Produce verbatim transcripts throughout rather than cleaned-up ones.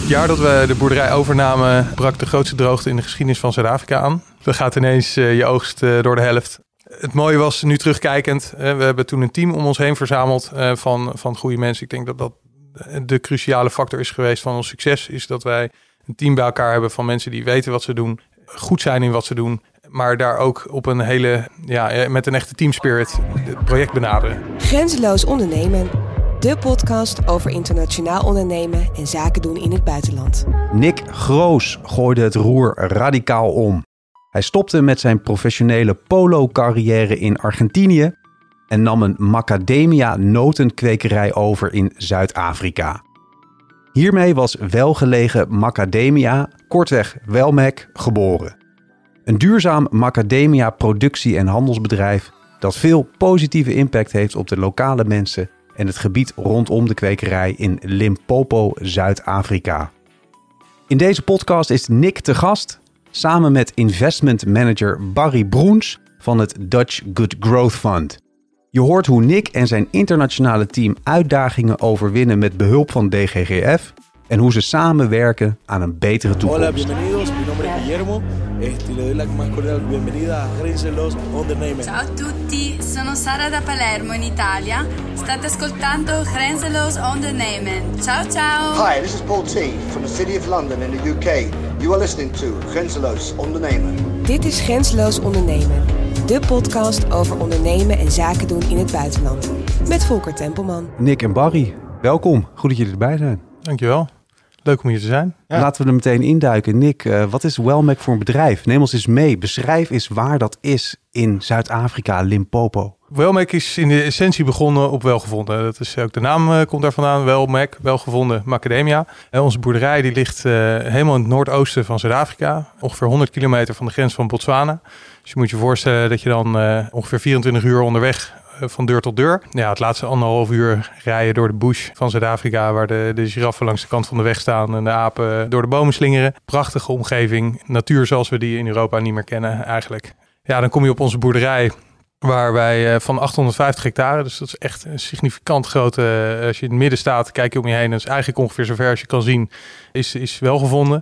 Het jaar dat we de boerderij overnamen brak de grootste droogte in de geschiedenis van Zuid-Afrika aan. Dan gaat ineens uh, je oogst uh, door de helft. Het mooie was, nu terugkijkend, uh, we hebben toen een team om ons heen verzameld uh, van, van goede mensen. Ik denk dat dat de cruciale factor is geweest van ons succes. Is dat wij een team bij elkaar hebben van mensen die weten wat ze doen, goed zijn in wat ze doen, maar daar ook op een hele, ja, met een echte teamspirit het project benaderen. Grenzeloos ondernemen. De podcast over internationaal ondernemen en zaken doen in het buitenland. Nick Groos gooide het roer radicaal om. Hij stopte met zijn professionele polo-carrière in Argentinië en nam een macadamia-notenkwekerij over in Zuid-Afrika. Hiermee was welgelegen Macadamia, kortweg Welmac, geboren. Een duurzaam macadamia-productie- en handelsbedrijf dat veel positieve impact heeft op de lokale mensen en het gebied rondom de kwekerij in Limpopo, Zuid-Afrika. In deze podcast is Nick te gast, samen met investment manager Barry Broens van het Dutch Good Growth Fund. Je hoort hoe Nick en zijn internationale team uitdagingen overwinnen met behulp van D G G F en hoe ze samenwerken aan een betere toekomst. Hola, bienvenidos. Mi nombre es Guillermo. Este, le doy la más cordial bienvenida a Grenzeloos Ondernemen. Ciao a tutti, sono Sara da Palermo in Italia. State ascoltando Grenzeloos Ondernemen. Ciao ciao. Hi, this is Paul T. from the City of London in the U K. You are listening to Grenzeloos Ondernemen. Dit is Grenzeloos Ondernemen. De podcast over ondernemen en zaken doen in het buitenland. Met Volker Tempelman. Nick en Barry, welkom. Goed dat jullie erbij zijn. Dankjewel. Leuk om hier te zijn. Ja. Laten we er meteen induiken. Nick, uh, wat is Welmac voor een bedrijf? Neem ons eens mee. Beschrijf eens waar dat is in Zuid-Afrika, Limpopo. Welmac is in de essentie begonnen op welgevonden. Dat is ook de naam uh, komt daar vandaan. Welmac, welgevonden macadamia. Uh, onze boerderij die ligt uh, helemaal in het noordoosten van Zuid-Afrika. Ongeveer honderd kilometer van de grens van Botswana. Dus je moet je voorstellen dat je dan uh, ongeveer vierentwintig uur onderweg van deur tot deur. Ja, het laatste anderhalf uur rijden door de bush van Zuid-Afrika, waar de, de giraffen langs de kant van de weg staan en de apen door de bomen slingeren. Prachtige omgeving, natuur zoals we die in Europa niet meer kennen eigenlijk. Ja, dan kom je op onze boerderij, waar wij van achthonderdvijftig hectare, dus dat is echt een significant grote, als je in het midden staat, kijk je om je heen, dat is eigenlijk ongeveer zover als je kan zien, is, is wel gevonden.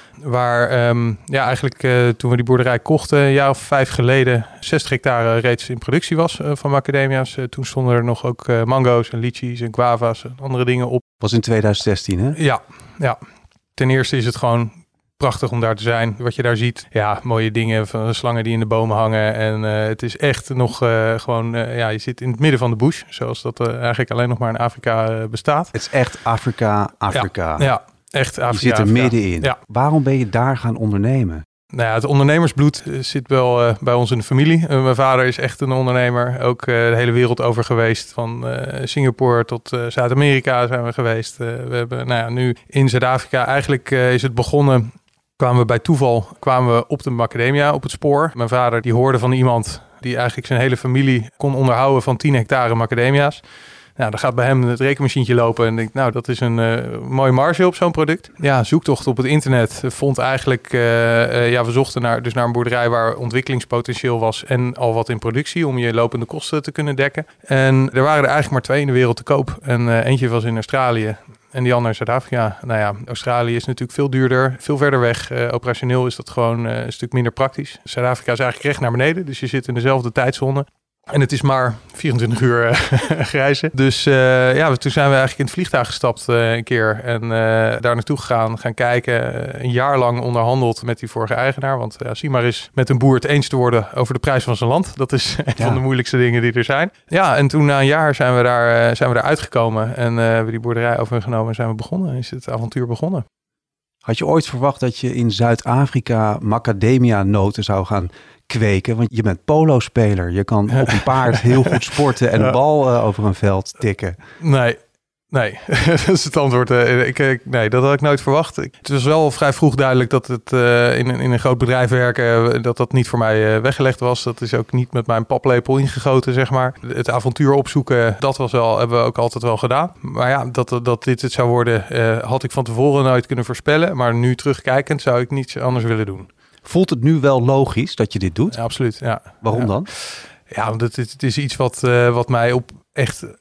Waar um, ja, eigenlijk uh, toen we die boerderij kochten, een jaar of vijf geleden, zestig hectare reeds in productie was uh, van macadamia's. Uh, toen stonden er nog ook uh, mango's en lychees en guava's en andere dingen op. Was in twintig zestien, hè? Ja, ja. Ten eerste is het gewoon prachtig om daar te zijn. Wat je daar ziet, ja, mooie dingen van slangen die in de bomen hangen. En uh, het is echt nog uh, gewoon, uh, ja, je zit in het midden van de bush, zoals dat uh, eigenlijk alleen nog maar in Afrika uh, bestaat. Het is echt Afrika, Afrika. Ja, ja. Echt Afrika, je zit er Afrika. middenin. Ja. Waarom ben je daar gaan ondernemen? Nou ja, het ondernemersbloed zit wel uh, bij ons in de familie. Uh, mijn vader is echt een ondernemer. Ook uh, de hele wereld over geweest. Van uh, Singapore tot uh, Zuid-Amerika zijn we geweest. Uh, we hebben, nou ja, nu in Zuid-Afrika eigenlijk uh, is het begonnen. Kwamen we bij toeval kwamen we op de macadamia, op het spoor. Mijn vader die hoorde van iemand die eigenlijk zijn hele familie kon onderhouden van tien hectare macadamia's. Nou, dan gaat bij hem het rekenmachientje lopen en denkt, nou, dat is een uh, mooie marge op zo'n product. Ja, zoektocht op het internet vond eigenlijk, uh, uh, ja, we zochten naar, dus naar een boerderij waar ontwikkelingspotentieel was en al wat in productie om je lopende kosten te kunnen dekken. En er waren er eigenlijk maar twee in de wereld te koop. En uh, eentje was in Australië en die andere in Zuid-Afrika. Nou ja, Australië is natuurlijk veel duurder, veel verder weg. Uh, operationeel is dat gewoon uh, een stuk minder praktisch. Zuid-Afrika is eigenlijk recht naar beneden, dus je zit in dezelfde tijdzone. En het is maar vierentwintig uur uh, reizen. Dus uh, ja, toen zijn we eigenlijk in het vliegtuig gestapt uh, een keer. En uh, daar naartoe gegaan, gaan kijken. Uh, een jaar lang onderhandeld met die vorige eigenaar. Want uh, zie maar eens met een boer het eens te worden over de prijs van zijn land. Dat is een ja. van de moeilijkste dingen die er zijn. Ja, en toen na een jaar zijn we daar, uh, zijn we daar uitgekomen. En uh, hebben we die boerderij overgenomen en zijn we begonnen. Is het avontuur begonnen. Had je ooit verwacht dat je in Zuid-Afrika macadamia-noten zou gaan kweken? Want je bent polo-speler. Je kan op een paard heel goed sporten en een bal uh, over een veld tikken. Nee, nee. Dat is het antwoord. Uh, ik, ik, nee, dat had ik nooit verwacht. Ik, het was wel vrij vroeg duidelijk dat het uh, in, in een groot bedrijf werken, uh, dat dat niet voor mij uh, weggelegd was. Dat is ook niet met mijn paplepel ingegoten, zeg maar. Het avontuur opzoeken, dat was wel, hebben we ook altijd wel gedaan. Maar ja, dat, dat dit het zou worden, uh, had ik van tevoren nooit kunnen voorspellen. Maar nu terugkijkend zou ik niets anders willen doen. Voelt het nu wel logisch dat je dit doet? Ja, absoluut, ja. Waarom ja. dan? Ja, want het, het is iets wat, uh, wat mij op echt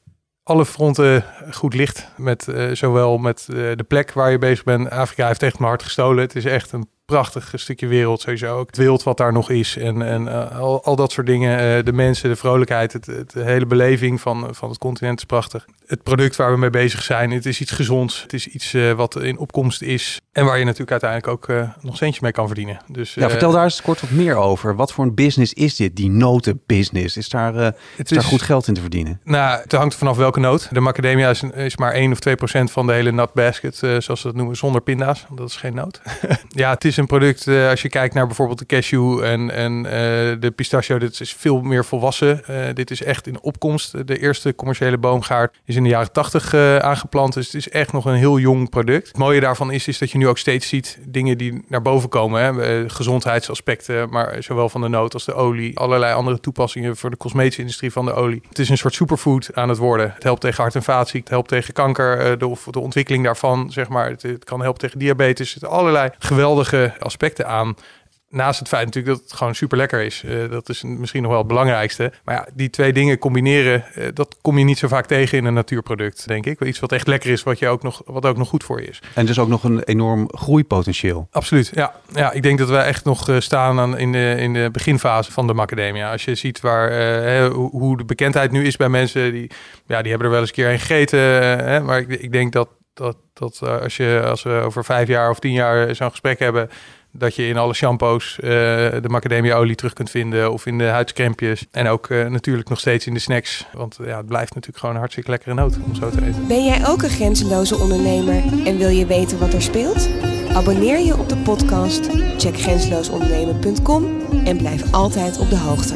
alle fronten goed ligt. Met, uh, zowel met uh, de plek waar je bezig bent. Afrika heeft echt mijn hart gestolen. Het is echt een prachtig stukje wereld sowieso. Ook het wild wat daar nog is en, en uh, al, al dat soort dingen. Uh, de mensen, de vrolijkheid, het, het, de hele beleving van, van het continent is prachtig. Het product waar we mee bezig zijn, het is iets gezonds. Het is iets uh, wat in opkomst is. En waar je natuurlijk uiteindelijk ook uh, nog centjes mee kan verdienen. Dus, uh, ja, vertel daar eens kort wat meer over. Wat voor een business is dit, die notenbusiness? Is daar, uh, is daar is, goed geld in te verdienen? Nou, het hangt vanaf welke noot. De macadamia is, is maar één of twee procent van de hele nut basket, uh, zoals ze dat noemen, zonder pinda's. Dat is geen noot. Ja, het is een product, uh, als je kijkt naar bijvoorbeeld de cashew en, en uh, de pistachio, dit is veel meer volwassen. Uh, dit is echt in opkomst. De eerste commerciële boomgaard is in de jaren tachtig uh, aangeplant. Dus het is echt nog een heel jong product. Het mooie daarvan is, is dat je nu ook steeds ziet dingen die naar boven komen. Hè? Uh, gezondheidsaspecten, maar zowel van de noot als de olie. Allerlei andere toepassingen voor de cosmetische industrie van de olie. Het is een soort superfood aan het worden. Het helpt tegen hart- en vaatziekten. Het helpt tegen kanker. Uh, de, de ontwikkeling daarvan, zeg maar. Het, het kan helpen tegen diabetes. Er zitten allerlei geweldige aspecten aan. Naast het feit natuurlijk dat het gewoon super lekker is. Uh, dat is misschien nog wel het belangrijkste. Maar ja, die twee dingen combineren, uh, dat kom je niet zo vaak tegen in een natuurproduct, denk ik. Iets wat echt lekker is, wat, je ook nog, wat ook nog goed voor je is. En dus ook nog een enorm groeipotentieel. Absoluut, ja. ja ik denk dat wij echt nog uh, staan aan, in, de, in de beginfase van de macadamia. Als je ziet waar, uh, hè, hoe de bekendheid nu is bij mensen, die, ja, die hebben er wel eens een keer een gegeten. Uh, hè, maar ik, ik denk dat, dat, dat uh, als, je, als we over vijf jaar of tien jaar zo'n gesprek hebben, dat je in alle shampoos uh, de macadamia-olie terug kunt vinden, of in de huidscrempjes. En ook uh, natuurlijk nog steeds in de snacks. Want ja, het blijft natuurlijk gewoon een hartstikke lekkere noot om zo te eten. Ben jij ook een grenzeloze ondernemer en wil je weten wat er speelt? Abonneer je op de podcast, check grenzeloos ondernemen punt com en blijf altijd op de hoogte.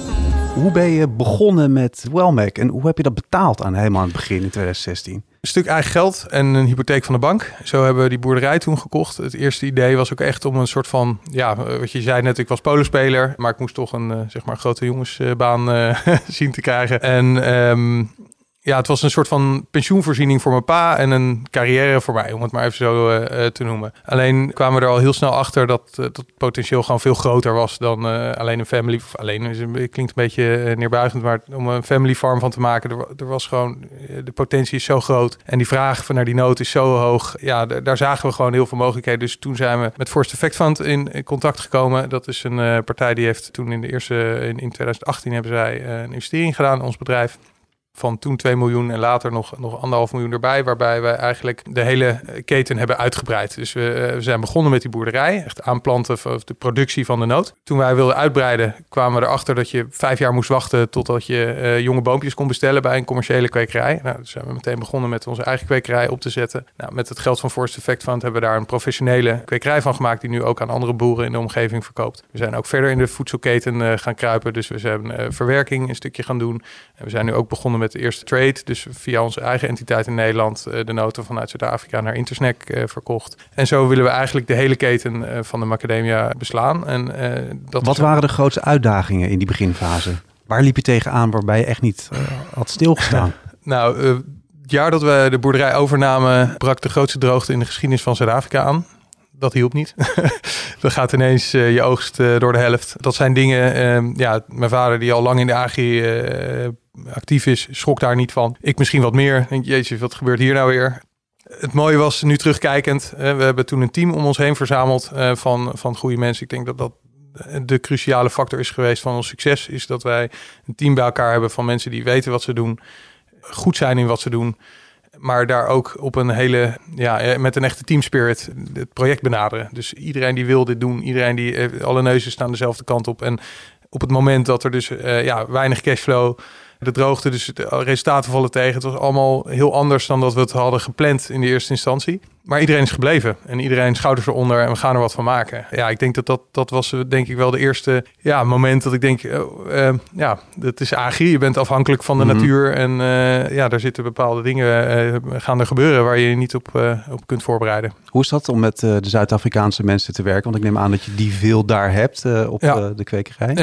Hoe ben je begonnen met Wellmec en hoe heb je dat betaald aan helemaal aan het begin in twintig zestien? Een stuk eigen geld en een hypotheek van de bank. Zo hebben we die boerderij toen gekocht. Het eerste idee was ook echt om een soort van, ja, wat je zei net, ik was polospeler, maar ik moest toch een, uh, zeg maar, grote jongensbaan uh, zien te krijgen. En um, ja, het was een soort van pensioenvoorziening voor mijn pa en een carrière voor mij, om het maar even zo uh, te noemen. Alleen kwamen we er al heel snel achter dat, uh, dat het potentieel gewoon veel groter was dan uh, alleen een family. Of alleen, het klinkt een beetje uh, neerbuigend, maar om een family farm van te maken, er, er was gewoon, uh, de potentie is zo groot en die vraag van naar die nood is zo hoog. Ja, d- daar zagen we gewoon heel veel mogelijkheden. Dus toen zijn we met Forest Effect Fund in, in contact gekomen. Dat is een uh, partij die heeft toen in de eerste, in, in twintig achttien hebben zij uh, een investering gedaan in ons bedrijf. Van toen twee miljoen en later nog, nog anderhalf miljoen erbij. Waarbij we eigenlijk de hele keten hebben uitgebreid. Dus we, we zijn begonnen met die boerderij. Echt aanplanten van de productie van de noot. Toen wij wilden uitbreiden kwamen we erachter dat je vijf jaar moest wachten totdat je uh, jonge boompjes kon bestellen bij een commerciële kwekerij. Nou, dus zijn we meteen begonnen met onze eigen kwekerij op te zetten. Nou, met het geld van Forest Effect Fund hebben we daar een professionele kwekerij van gemaakt die nu ook aan andere boeren in de omgeving verkoopt. We zijn ook verder in de voedselketen uh, gaan kruipen. Dus we zijn uh, verwerking een stukje gaan doen. En we zijn nu ook begonnen met de eerste trade, dus via onze eigen entiteit in Nederland uh, de noten vanuit Zuid-Afrika naar Intersnack uh, verkocht. En zo willen we eigenlijk de hele keten uh, van de macadamia beslaan. En, uh, dat Wat waren de grootste uitdagingen in die beginfase? Waar liep je tegenaan waarbij je echt niet uh, had stilgestaan? nou, uh, het jaar dat we de boerderij overnamen, brak de grootste droogte in de geschiedenis van Zuid-Afrika aan. Dat hielp niet. Dan gaat ineens uh, je oogst uh, door de helft. Dat zijn dingen, uh, ja, mijn vader die al lang in de agri uh, actief is, schrok daar niet van. Ik misschien wat meer. Denk, jezus, wat gebeurt hier nou weer? Het mooie was, nu terugkijkend, uh, we hebben toen een team om ons heen verzameld uh, van, van goede mensen. Ik denk dat dat de cruciale factor is geweest van ons succes. Is dat wij een team bij elkaar hebben van mensen die weten wat ze doen. Goed zijn in wat ze doen. Maar daar ook op een hele, ja, met een echte teamspirit het project benaderen. Dus iedereen die wil dit doen, iedereen die, alle neuzen staan dezelfde kant op. En op het moment dat er dus uh, ja, weinig cashflow, de droogte, dus de resultaten vallen tegen. Het was allemaal heel anders dan dat we het hadden gepland in de eerste instantie. Maar iedereen is gebleven en iedereen schouders eronder en we gaan er wat van maken. Ja, ik denk dat dat, dat was denk ik wel de eerste ja, moment dat ik denk, uh, uh, ja, dat is agri. Je bent afhankelijk van de mm-hmm. natuur en uh, ja, daar zitten bepaalde dingen uh, gaan er gebeuren waar je je niet op, uh, op kunt voorbereiden. Hoe is dat om met uh, de Zuid-Afrikaanse mensen te werken? Want ik neem aan dat je die veel daar hebt uh, op ja. uh, de kwekerij. Ja.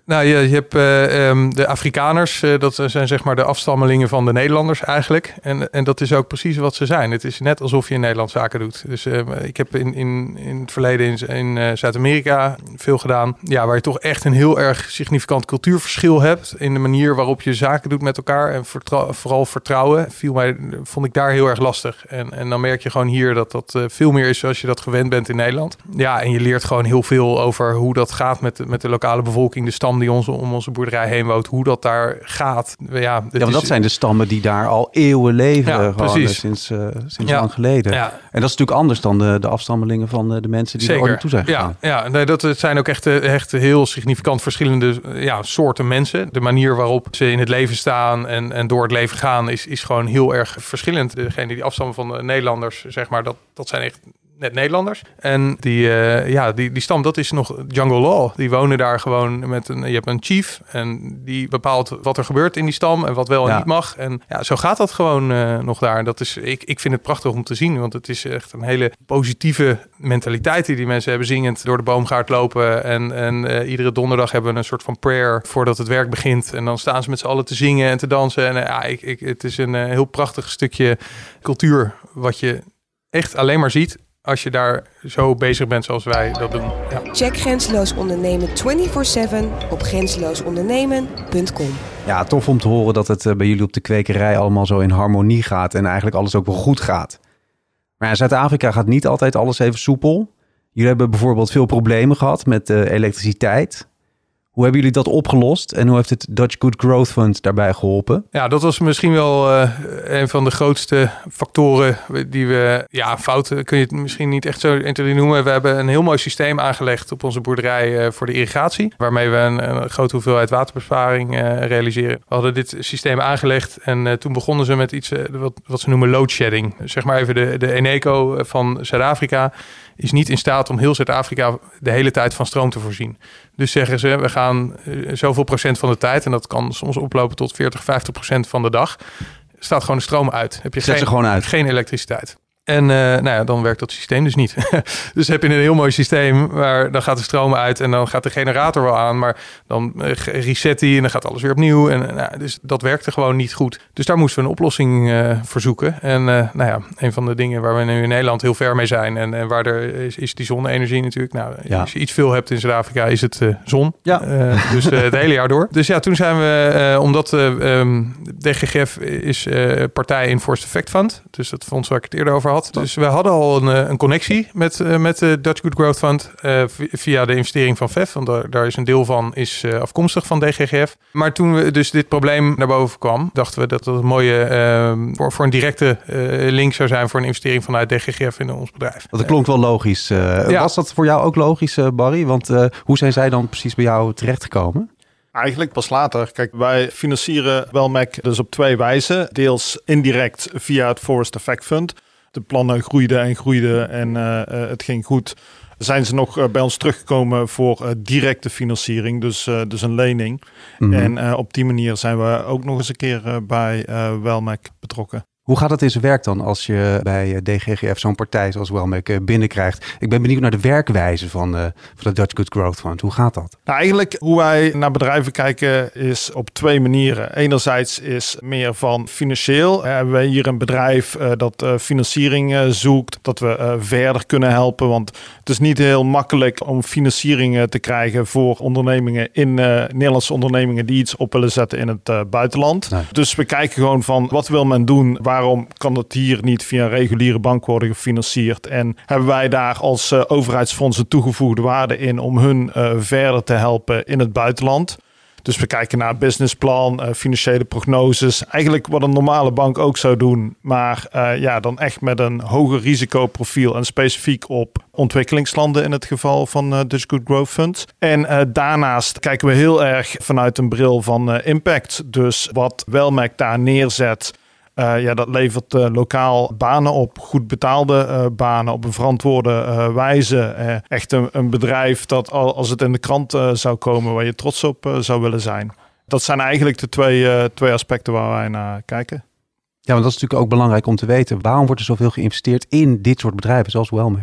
Nou, je, je hebt uh, um, de Afrikaners, uh, dat zijn zeg maar de afstammelingen van de Nederlanders eigenlijk. En, en dat is ook precies wat ze zijn. Het is net alsof je in Nederland zaken doet. Dus uh, ik heb in, in, in het verleden in, in uh, Zuid-Amerika veel gedaan. Ja, waar je toch echt een heel erg significant cultuurverschil hebt in de manier waarop je zaken doet met elkaar. En vertrou- vooral vertrouwen viel mij, vond ik daar heel erg lastig. En, en dan merk je gewoon hier dat dat uh, veel meer is zoals je dat gewend bent in Nederland. Ja, en je leert gewoon heel veel over hoe dat gaat met de, met de lokale bevolking, de stam die ons, om onze boerderij heen woont, hoe dat daar gaat. Ja, ja want is, dat zijn de stammen die daar al eeuwen leven, ja, gewoon, uh, sinds, uh, sinds ja. lang geleden. Ja. En dat is natuurlijk anders dan de, de afstammelingen van de, de mensen die Zeker. er ooit naartoe zijn gegaan. Ja, ja nee, dat het zijn ook echt, echt heel significant verschillende ja, soorten mensen. De manier waarop ze in het leven staan en, en door het leven gaan is, is gewoon heel erg verschillend. Degene die afstammen van de Nederlanders, zeg maar, dat, dat zijn echt net Nederlanders. En die, uh, ja, die, die stam, dat is nog jungle law. Die wonen daar gewoon met een... Je hebt een chief en die bepaalt wat er gebeurt in die stam en wat wel en ja. niet mag. En ja, zo gaat dat gewoon uh, nog daar. Dat is, ik, ik vind het prachtig om te zien, want het is echt een hele positieve mentaliteit die die mensen hebben, zingend door de boomgaard lopen. En, en uh, iedere donderdag hebben we een soort van prayer voordat het werk begint. En dan staan ze met z'n allen te zingen en te dansen. En uh, ja, ik, ik, het is een uh, heel prachtig stukje cultuur wat je echt alleen maar ziet als je daar zo bezig bent zoals wij dat doen. Ja. Check Grenzeloos Ondernemen vierentwintig zeven op grenzeloos ondernemen punt com. Ja, tof om te horen dat het bij jullie op de kwekerij allemaal zo in harmonie gaat en eigenlijk alles ook wel goed gaat. Maar in Zuid-Afrika gaat niet altijd alles even soepel. Jullie hebben bijvoorbeeld veel problemen gehad met uh, elektriciteit. Hoe hebben jullie dat opgelost en hoe heeft het Dutch Good Growth Fund daarbij geholpen? Ja, dat was misschien wel uh, een van de grootste factoren die we... Ja, fouten kun je het misschien niet echt zo entity noemen. We hebben een heel mooi systeem aangelegd op onze boerderij uh, voor de irrigatie, waarmee we een, een grote hoeveelheid waterbesparing uh, realiseren. We hadden dit systeem aangelegd en uh, toen begonnen ze met iets uh, wat, wat ze noemen load shedding. Zeg maar even de, de Eneco van Zuid-Afrika is niet in staat om heel Zuid-Afrika de hele tijd van stroom te voorzien. Dus zeggen ze, we gaan uh, zoveel procent van de tijd, en dat kan soms oplopen tot veertig, vijftig procent van de dag, staat gewoon de stroom uit. Heb je Zet geen, ze gewoon uit. geen elektriciteit. En uh, nou ja, dan werkt dat systeem dus niet. Dus heb je een heel mooi systeem waar dan gaat de stroom uit en dan gaat de generator wel aan, maar dan uh, reset die en dan gaat alles weer opnieuw. En uh, nou, dus dat werkte gewoon niet goed. Dus daar moesten we een oplossing uh, voor zoeken. En uh, nou ja, een van de dingen waar we nu in Nederland heel ver mee zijn en, en waar er is, is die zonne-energie natuurlijk. Nou, ja. Als je iets veel hebt in Zuid-Afrika is het uh, zon. Ja. Uh, dus uh, het hele jaar door. Dus ja, toen zijn we, uh, omdat uh, um, D G G F is uh, partij in Forest Effect Fund. Dus dat fonds waar ik het eerder over had. Dus we hadden al een, een connectie met, uh, met de Dutch Good Growth Fund uh, via de investering van V E F. Want daar, daar is een deel van is uh, afkomstig van D G G F. Maar toen we dus dit probleem naar boven kwam, dachten we dat dat een mooie uh, voor, voor een directe uh, link zou zijn voor een investering vanuit D G G F in ons bedrijf. Dat klonk wel logisch. Uh, ja. Was dat voor jou ook logisch, uh, Barry? Want uh, hoe zijn zij dan precies bij jou terechtgekomen? Eigenlijk pas later. Kijk, wij financieren Welmec dus op twee wijzen. Deels indirect via het Forest Effect Fund. De plannen groeiden en groeiden en uh, uh, het ging goed. Zijn ze nog uh, bij ons teruggekomen voor uh, directe financiering, dus, uh, dus een lening. Mm-hmm. En uh, op die manier zijn we ook nog eens een keer uh, bij uh, Welmec betrokken. Hoe gaat het in zijn werk dan als je bij D G G F zo'n partij zoals Welmec binnenkrijgt? Ik ben benieuwd naar de werkwijze van, uh, van de Dutch Good Growth Fund. Hoe gaat dat? Nou, eigenlijk hoe wij naar bedrijven kijken is op twee manieren. Enerzijds is meer van financieel. Uh, hebben we hier een bedrijf uh, dat uh, financiering uh, zoekt, dat we uh, verder kunnen helpen. Want het is niet heel makkelijk om financiering uh, te krijgen voor ondernemingen in uh, Nederlandse ondernemingen die iets op willen zetten in het uh, buitenland. Nee. Dus we kijken gewoon van wat wil men doen? Waarom kan dat hier niet via een reguliere bank worden gefinancierd? En hebben wij daar als uh, overheidsfonds een toegevoegde waarde in om hun uh, verder te helpen in het buitenland? Dus we kijken naar businessplan, uh, financiële prognoses. Eigenlijk wat een normale bank ook zou doen. Maar uh, ja, dan echt met een hoger risicoprofiel en specifiek op ontwikkelingslanden in het geval van uh, Dutch Good Growth Fund. En uh, daarnaast kijken we heel erg vanuit een bril van uh, impact. Dus wat Welmec daar neerzet, Uh, ja, dat levert uh, lokaal banen op, goed betaalde uh, banen op een verantwoorde uh, wijze. Uh, echt een, een bedrijf dat al, als het in de krant uh, zou komen, waar je trots op uh, zou willen zijn. Dat zijn eigenlijk de twee, uh, twee aspecten waar wij naar kijken. Ja, want dat is natuurlijk ook belangrijk om te weten. Waarom wordt er zoveel geïnvesteerd in dit soort bedrijven zoals Welmec?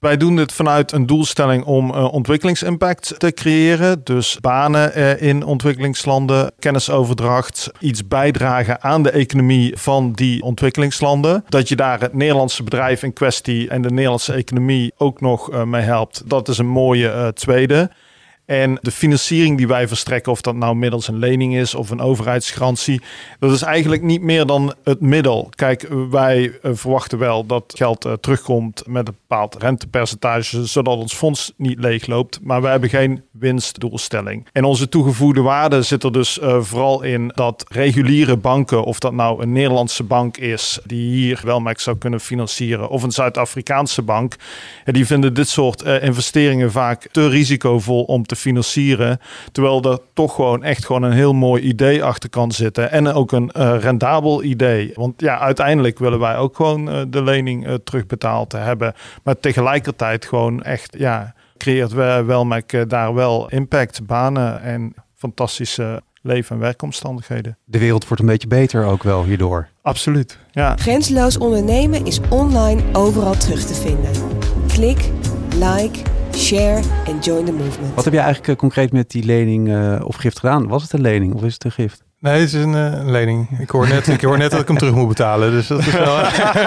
Wij doen dit vanuit een doelstelling om uh, ontwikkelingsimpact te creëren. Dus banen uh, in ontwikkelingslanden, kennisoverdracht, iets bijdragen aan de economie van die ontwikkelingslanden. Dat je daar het Nederlandse bedrijf in kwestie en de Nederlandse economie ook nog uh, mee helpt. Dat is een mooie uh, tweede. En de financiering die wij verstrekken, of dat nou middels een lening is of een overheidsgarantie, dat is eigenlijk niet meer dan het middel. Kijk, wij uh, verwachten wel dat geld uh, terugkomt met een bepaald rentepercentage, zodat ons fonds niet leegloopt. Maar wij hebben geen winstdoelstelling. En onze toegevoegde waarde zit er dus uh, vooral in dat reguliere banken, of dat nou een Nederlandse bank is die hier Welmec zou kunnen financieren, of een Zuid-Afrikaanse bank, ja, die vinden dit soort uh, investeringen vaak te risicovol om te financieren, terwijl er toch gewoon echt gewoon een heel mooi idee achter kan zitten en ook een uh, rendabel idee. Want ja, uiteindelijk willen wij ook gewoon uh, de lening uh, terugbetaald hebben, maar tegelijkertijd gewoon echt, ja, creëert Welmec uh, daar wel impact, banen en fantastische leven- en werkomstandigheden. De wereld wordt een beetje beter ook wel hierdoor. Absoluut, ja. Grenzeloos ondernemen is online overal terug te vinden. Klik, like, share en join the movement. Wat heb je eigenlijk uh, concreet met die lening uh, of gift gedaan? Was het een lening of is het een gift? Nee, het is een, uh, een lening. Ik hoor, net, ik hoor net dat ik hem terug moet betalen. Dus dat is wel...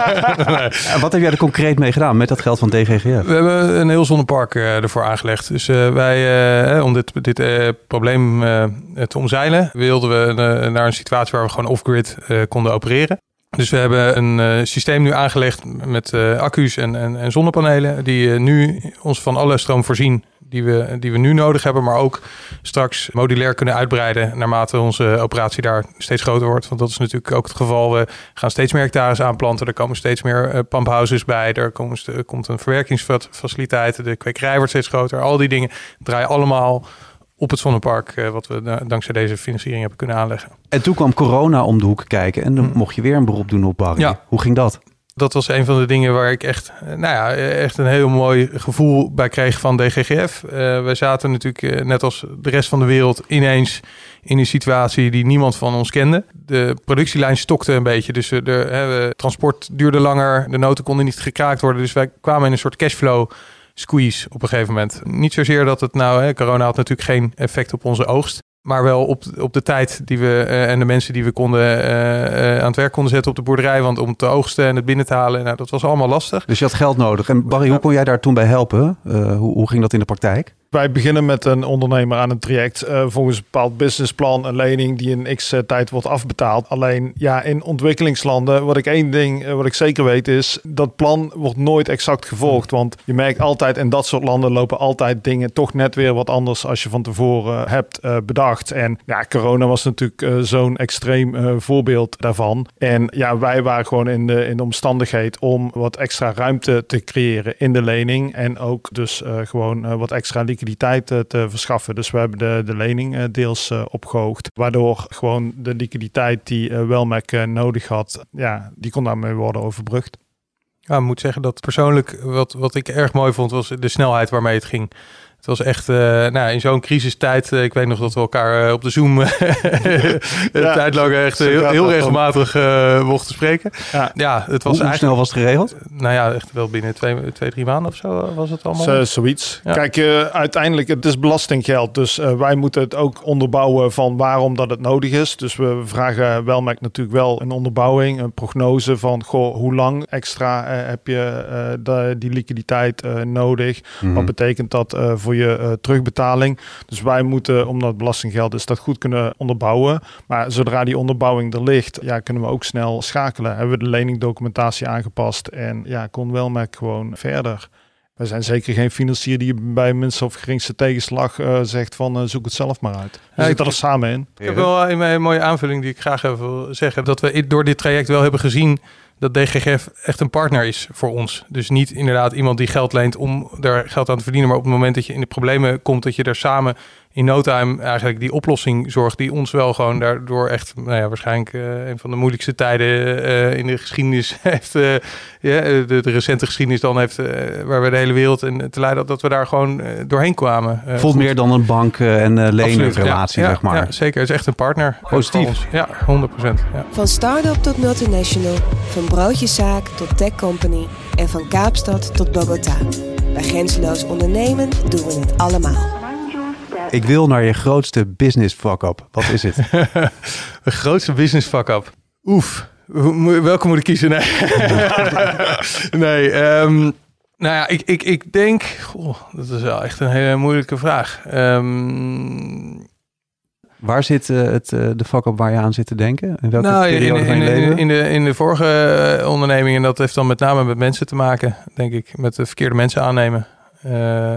nee. En wat heb jij er concreet mee gedaan met dat geld van D G G F? We hebben een heel zonnepark uh, ervoor aangelegd. Dus uh, wij, uh, om dit, dit uh, probleem uh, te omzeilen, wilden we uh, naar een situatie waar we gewoon off-grid uh, konden opereren. Dus we hebben een uh, systeem nu aangelegd met uh, accu's en, en, en zonnepanelen die uh, nu ons van alle stroom voorzien die we, die we nu nodig hebben, maar ook straks modulair kunnen uitbreiden naarmate onze operatie daar steeds groter wordt. Want dat is natuurlijk ook het geval. We gaan steeds meer hectares aanplanten. Er komen steeds meer uh, pumphouses bij. Er komt, er komt een verwerkingsfaciliteit. De kwekerij wordt steeds groter. Al die dingen draaien allemaal op het zonnepark, uh, wat we uh, dankzij deze financiering hebben kunnen aanleggen. En toen kwam corona om de hoek kijken en dan hmm. mocht je weer een beroep doen op Barry. Ja. Hoe ging dat? Dat was een van de dingen waar ik echt, nou ja, echt een heel mooi gevoel bij kreeg van D G G F. Uh, wij zaten natuurlijk uh, net als de rest van de wereld ineens in een situatie die niemand van ons kende. De productielijn stokte een beetje, dus de, de transport duurde langer, de noten konden niet gekraakt worden. Dus wij kwamen in een soort cashflow squeeze op een gegeven moment. Niet zozeer dat het nou, hè, corona had natuurlijk geen effect op onze oogst. Maar wel op, op de tijd die we uh, en de mensen die we konden uh, uh, aan het werk konden zetten op de boerderij. Want om te oogsten en het binnen te halen, nou, dat was allemaal lastig. Dus je had geld nodig. En Barry, hoe kon jij daar toen bij helpen? Uh, hoe, hoe ging dat in de praktijk? Wij beginnen met een ondernemer aan een traject uh, volgens een bepaald businessplan, een lening die in x uh, tijd wordt afbetaald. Alleen ja, in ontwikkelingslanden, wat ik één ding, uh, wat ik zeker weet is, dat plan wordt nooit exact gevolgd. Want je merkt altijd, in dat soort landen lopen altijd dingen toch net weer wat anders als je van tevoren uh, hebt uh, bedacht. En ja, corona was natuurlijk uh, zo'n extreem uh, voorbeeld daarvan. En ja, wij waren gewoon in de, in de omstandigheid om wat extra ruimte te creëren in de lening. En ook dus uh, gewoon uh, wat extra liquiditeit uh, te verschaffen. Dus we hebben de, de lening uh, deels uh, opgehoogd. Waardoor gewoon de liquiditeit die uh, Welmec uh, nodig had, ja, die kon daarmee worden overbrugd. Ja, ik moet zeggen dat persoonlijk wat, wat ik erg mooi vond was de snelheid waarmee het ging. Het was echt, uh, nou, in zo'n crisistijd, uh, ik weet nog dat we elkaar uh, op de Zoom uh, ja, tijd lang echt uh, heel, heel regelmatig uh, mochten spreken. Ja, ja het was hoe, hoe snel was het geregeld? Nou ja, echt wel binnen twee, twee drie maanden of zo was het allemaal. Z- zoiets. Ja. Kijk, uh, uiteindelijk, het is belastinggeld. Dus uh, wij moeten het ook onderbouwen van waarom dat het nodig is. Dus we vragen Welmec natuurlijk wel een onderbouwing, een prognose van, goh, hoe lang extra uh, heb je uh, de, die liquiditeit uh, nodig? Mm-hmm. Wat betekent dat uh, voor je uh, terugbetaling? Dus wij moeten, omdat het belastinggeld is, dat goed kunnen onderbouwen. Maar zodra die onderbouwing er ligt, ja, kunnen we ook snel schakelen. Hebben we de leningdocumentatie aangepast en ja, kon Welmec gewoon verder. We zijn zeker geen financier die bij minste of geringste tegenslag uh, zegt van uh, zoek het zelf maar uit. We ja, zitten er samen in. Ik heb wel een, een mooie aanvulling die ik graag even wil zeggen. Dat we door dit traject wel hebben gezien dat D G G F echt een partner is voor ons. Dus niet inderdaad iemand die geld leent om daar geld aan te verdienen. Maar op het moment dat je in de problemen komt, dat je daar samen in no time eigenlijk die oplossing zorgt die ons wel gewoon daardoor echt, nou ja, waarschijnlijk uh, een van de moeilijkste tijden uh, in de geschiedenis heeft, uh, ja, de, de recente geschiedenis dan heeft, uh, waar we de hele wereld in te leiden, dat we daar gewoon uh, doorheen kwamen. Uh, Voelt meer dan een bank- uh, en uh, lenenrelatie, ja, zeg maar. Ja, zeker. Het is echt een partner. Positief. Ja, honderd procent. Ja. Van start-up tot multinational, van broodjeszaak tot tech company en van Kaapstad tot Bogota. Bij Grenzeloos Ondernemen doen we het allemaal. Ik wil naar je grootste business fuck-up. Wat is het? De grootste business fuck-up. Oef, welke moet ik kiezen? Nee, nee um, nou ja, ik, ik, ik denk... Goh, dat is wel echt een hele moeilijke vraag. Um, Waar zit uh, het, uh, de fuck-up waar je aan zit te denken? In welke nou, periode in, van je in, leven? in, de, in de vorige onderneming, en dat heeft dan met name met mensen te maken, denk ik. Met de verkeerde mensen aannemen. Uh,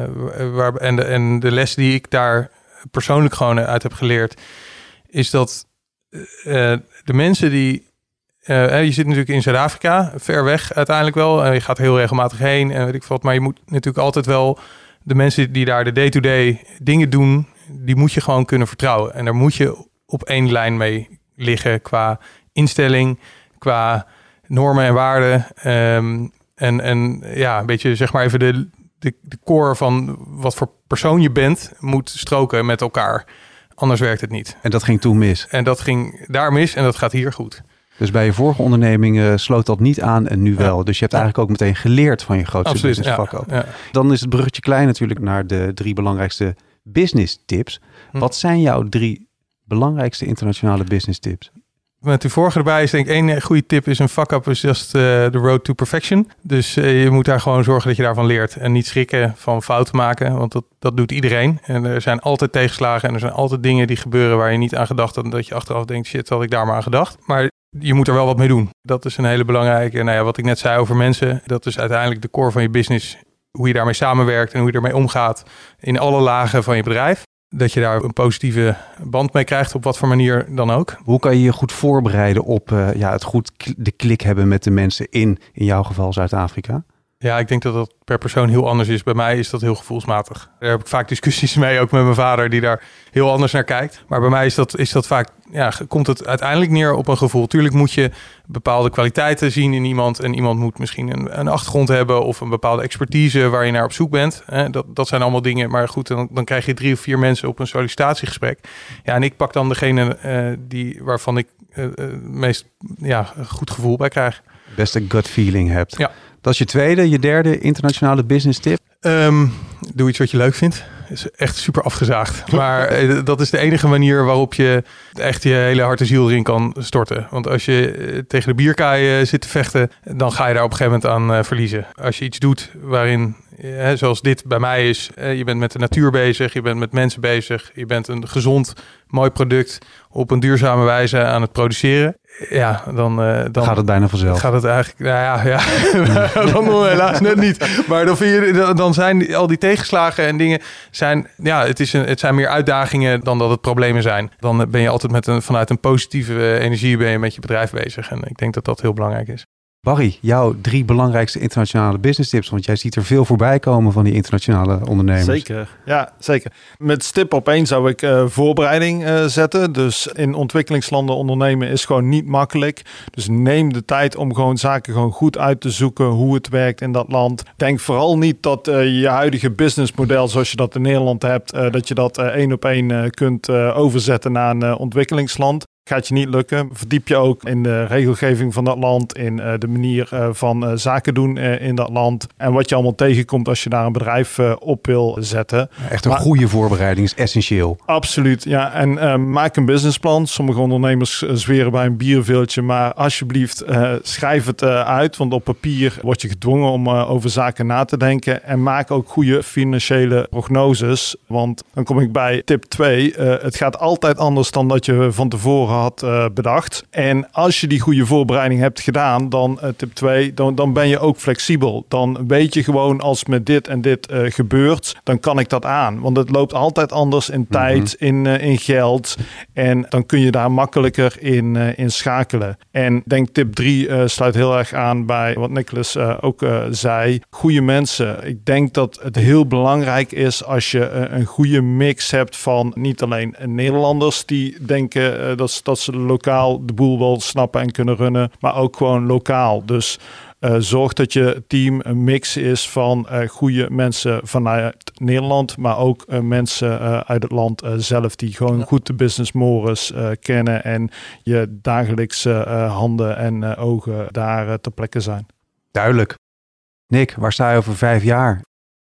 waar, en, de, en de les die ik daar persoonlijk gewoon uit heb geleerd, is dat uh, de mensen die... Uh, je zit natuurlijk in Zuid-Afrika, ver weg uiteindelijk wel. En je gaat heel regelmatig heen en weet ik wat. Maar je moet natuurlijk altijd wel de mensen die daar de day-to-day dingen doen, die moet je gewoon kunnen vertrouwen. En daar moet je op één lijn mee liggen qua instelling, qua normen en waarden. Um, en, en ja, een beetje zeg maar even de, de, de core van wat voor persoon je bent, moet stroken met elkaar. Anders werkt het niet. En dat ging toen mis? En dat ging daar mis en dat gaat hier goed. Dus bij je vorige onderneming uh, sloot dat niet aan en nu wel. Ja. Dus je hebt eigenlijk ook meteen geleerd van je grootste Absoluut, business ja, fuck-up. ja. Dan is het bruggetje klein natuurlijk naar de drie belangrijkste business tips. Hm. Wat zijn jouw drie belangrijkste internationale business tips? Met die vorige erbij is denk ik één goede tip is een fuck-up is just uh, the road to perfection. Dus uh, je moet daar gewoon zorgen dat je daarvan leert. En niet schrikken van fouten maken, want dat, dat doet iedereen. En er zijn altijd tegenslagen en er zijn altijd dingen die gebeuren waar je niet aan gedacht had. En dat je achteraf denkt, shit, had ik daar maar aan gedacht. Maar je moet er wel wat mee doen. Dat is een hele belangrijke. Nou ja, wat ik net zei over mensen, dat is uiteindelijk de core van je business. Hoe je daarmee samenwerkt en hoe je ermee omgaat in alle lagen van je bedrijf. Dat je daar een positieve band mee krijgt, op wat voor manier dan ook. Hoe kan je je goed voorbereiden op uh, ja, het goed k- de klik hebben met de mensen in, in jouw geval Zuid-Afrika? Ja, ik denk dat dat per persoon heel anders is. Bij mij is dat heel gevoelsmatig. Daar heb ik vaak discussies mee, ook met mijn vader, die daar heel anders naar kijkt. Maar bij mij is dat, is dat vaak, ja, komt het uiteindelijk neer op een gevoel. Tuurlijk moet je bepaalde kwaliteiten zien in iemand. En iemand moet misschien een, een achtergrond hebben of een bepaalde expertise waar je naar op zoek bent. Dat, dat zijn allemaal dingen. Maar goed, dan, dan krijg je drie of vier mensen op een sollicitatiegesprek. Ja, en ik pak dan degene uh, die, waarvan ik uh, het meest ja, goed gevoel bij krijg. Beste gut feeling hebt. Ja. Dat is je tweede, je derde internationale business tip? Um, doe iets wat je leuk vindt. Is echt super afgezaagd. Maar uh, dat is de enige manier waarop je echt je hele hart en ziel erin kan storten. Want als je uh, tegen de bierkaai uh, zit te vechten, dan ga je daar op een gegeven moment aan uh, verliezen. Als je iets doet waarin, uh, zoals dit bij mij is, uh, je bent met de natuur bezig, je bent met mensen bezig, je bent een gezond, mooi product op een duurzame wijze aan het produceren. Ja, dan, uh, dan gaat het bijna vanzelf. Gaat het eigenlijk, nou ja, ja. dan helaas net niet. Maar dan, vind je, dan zijn al die tegenslagen en dingen, zijn, ja, het, is een, het zijn meer uitdagingen dan dat het problemen zijn. Dan ben je altijd met een, vanuit een positieve energie ben je met je bedrijf bezig. En ik denk dat dat heel belangrijk is. Barry, jouw drie belangrijkste internationale business tips, want jij ziet er veel voorbij komen van die internationale ondernemers. Zeker, ja, zeker. Met stip op één zou ik uh, voorbereiding uh, zetten. Dus in ontwikkelingslanden ondernemen is gewoon niet makkelijk. Dus neem de tijd om gewoon zaken gewoon goed uit te zoeken, hoe het werkt in dat land. Denk vooral niet dat uh, je huidige businessmodel, zoals je dat in Nederland hebt, uh, dat je dat uh, één op één uh, kunt uh, overzetten naar een uh, ontwikkelingsland. Gaat je niet lukken. Verdiep je ook in de regelgeving van dat land, in uh, de manier uh, van uh, zaken doen uh, in dat land. En wat je allemaal tegenkomt als je daar een bedrijf uh, op wil zetten. Echt een maar, goede voorbereiding is essentieel. Absoluut, ja. En uh, maak een businessplan. Sommige ondernemers uh, zweren bij een bierveeltje, maar alsjeblieft uh, schrijf het uh, uit. Want op papier word je gedwongen om uh, over zaken na te denken. En maak ook goede financiële prognoses. Want dan kom ik bij tip twee. Uh, het gaat altijd anders dan dat je van tevoren had uh, bedacht. En als je die goede voorbereiding hebt gedaan, dan uh, tip twee, dan, dan ben je ook flexibel. Dan weet je gewoon, als met dit en dit uh, gebeurt, dan kan ik dat aan. Want het loopt altijd anders in tijd, mm-hmm. in, uh, in geld. En dan kun je daar makkelijker in, uh, in schakelen. En denk tip drie uh, sluit heel erg aan bij wat Nicholas uh, ook uh, zei. Goede mensen. Ik denk dat het heel belangrijk is als je uh, een goede mix hebt van niet alleen Nederlanders die denken uh, dat dat ze lokaal de boel wel snappen en kunnen runnen, maar ook gewoon lokaal. Dus uh, zorg dat je team een mix is van uh, goede mensen vanuit Nederland, maar ook uh, mensen uh, uit het land uh, zelf die gewoon ja. goed de business mores uh, kennen en je dagelijkse uh, handen en uh, ogen daar uh, ter plekke zijn. Duidelijk. Nick, waar sta je over vijf jaar?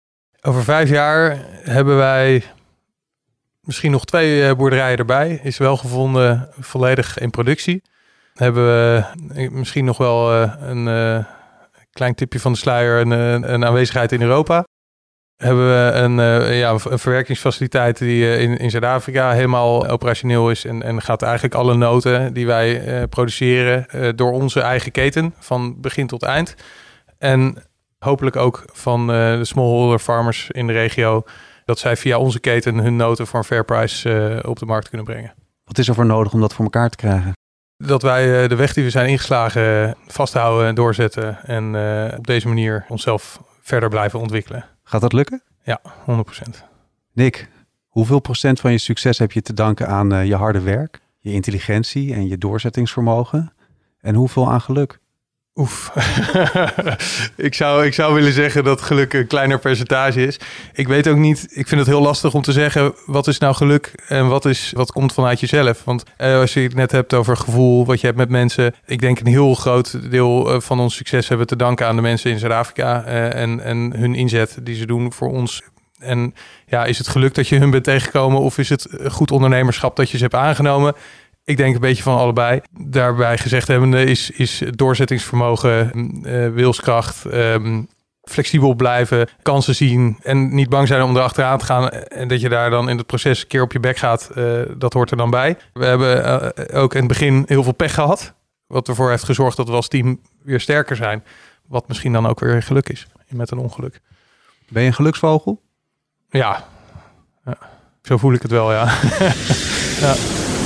Over vijf jaar hebben wij misschien nog twee boerderijen erbij. Is wel gevonden volledig in productie. Hebben we misschien nog wel een uh, klein tipje van de sluier, een, een aanwezigheid in Europa. Hebben we een, uh, ja, een verwerkingsfaciliteit die uh, in, in Zuid-Afrika helemaal operationeel is. En, en gaat eigenlijk alle noten die wij uh, produceren uh, door onze eigen keten van begin tot eind. En hopelijk ook van uh, de smallholder farmers in de regio, dat zij via onze keten hun noten voor een fair price uh, op de markt kunnen brengen. Wat is er voor nodig om dat voor elkaar te krijgen? Dat wij uh, de weg die we zijn ingeslagen vasthouden en doorzetten. En uh, op deze manier onszelf verder blijven ontwikkelen. Gaat dat lukken? Ja, honderd procent. Nick, hoeveel procent van je succes heb je te danken aan uh, je harde werk, je intelligentie en je doorzettingsvermogen? En hoeveel aan geluk? Oef. ik, zou, ik zou willen zeggen dat geluk een kleiner percentage is. Ik weet ook niet, ik vind het heel lastig om te zeggen, wat is nou geluk en wat, is, wat komt vanuit jezelf? Want eh, als je het net hebt over gevoel, wat je hebt met mensen. Ik denk een heel groot deel van ons succes hebben te danken aan de mensen in Zuid-Afrika eh, en, en hun inzet die ze doen voor ons. En ja, is het geluk dat je hun bent tegengekomen of is het goed ondernemerschap dat je ze hebt aangenomen? Ik denk een beetje van allebei. Daarbij gezegd hebbende is, is doorzettingsvermogen, uh, wilskracht, um, flexibel blijven, kansen zien en niet bang zijn om erachteraan te gaan. En dat je daar dan in het proces een keer op je bek gaat, uh, dat hoort er dan bij. We hebben uh, ook in het begin heel veel pech gehad. Wat ervoor heeft gezorgd dat we als team weer sterker zijn. Wat misschien dan ook weer geluk is met een ongeluk. Ben je een geluksvogel? Ja, ja. Zo voel ik het wel, ja. ja.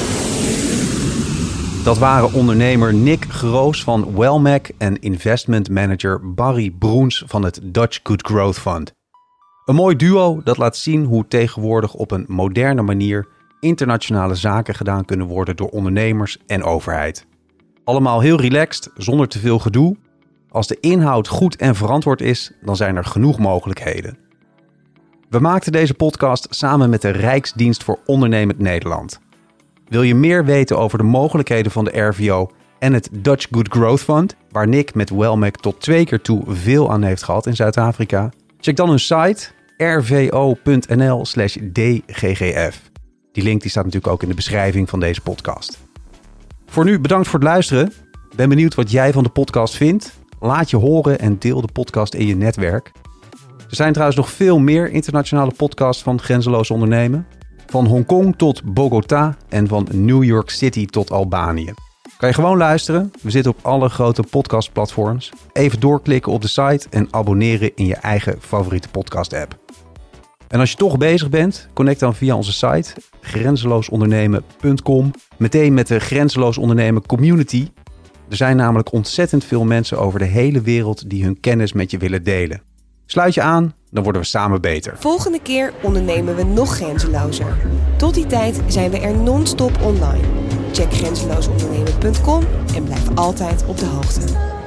Dat waren ondernemer Nick Groos van Wellmec en investment manager Barry Broens van het Dutch Good Growth Fund. Een mooi duo dat laat zien hoe tegenwoordig op een moderne manier internationale zaken gedaan kunnen worden door ondernemers en overheid. Allemaal heel relaxed, zonder te veel gedoe. Als de inhoud goed en verantwoord is, dan zijn er genoeg mogelijkheden. We maakten deze podcast samen met de Rijksdienst voor Ondernemend Nederland. Wil je meer weten over de mogelijkheden van de R V O en het Dutch Good Growth Fund, waar Nick met Wellmec tot twee keer toe veel aan heeft gehad in Zuid-Afrika? Check dan hun site r v o punt n l slash d g g f. Die link die staat natuurlijk ook in de beschrijving van deze podcast. Voor nu bedankt voor het luisteren. Ben benieuwd wat jij van de podcast vindt. Laat je horen en deel de podcast in je netwerk. Er zijn trouwens nog veel meer internationale podcasts van Grenzeloos Ondernemen. Van Hongkong tot Bogota en van New York City tot Albanië. Kan je gewoon luisteren. We zitten op alle grote podcastplatforms. Even doorklikken op de site en abonneren in je eigen favoriete podcast app. En als je toch bezig bent, connect dan via onze site grenzeloos ondernemen punt com meteen met de Grenzeloos Ondernemen community. Er zijn namelijk ontzettend veel mensen over de hele wereld die hun kennis met je willen delen. Sluit je aan, dan worden we samen beter. Volgende keer ondernemen we nog grenzelozer. Tot die tijd zijn we er non-stop online. Check grenzeloos ondernemen punt com en blijf altijd op de hoogte.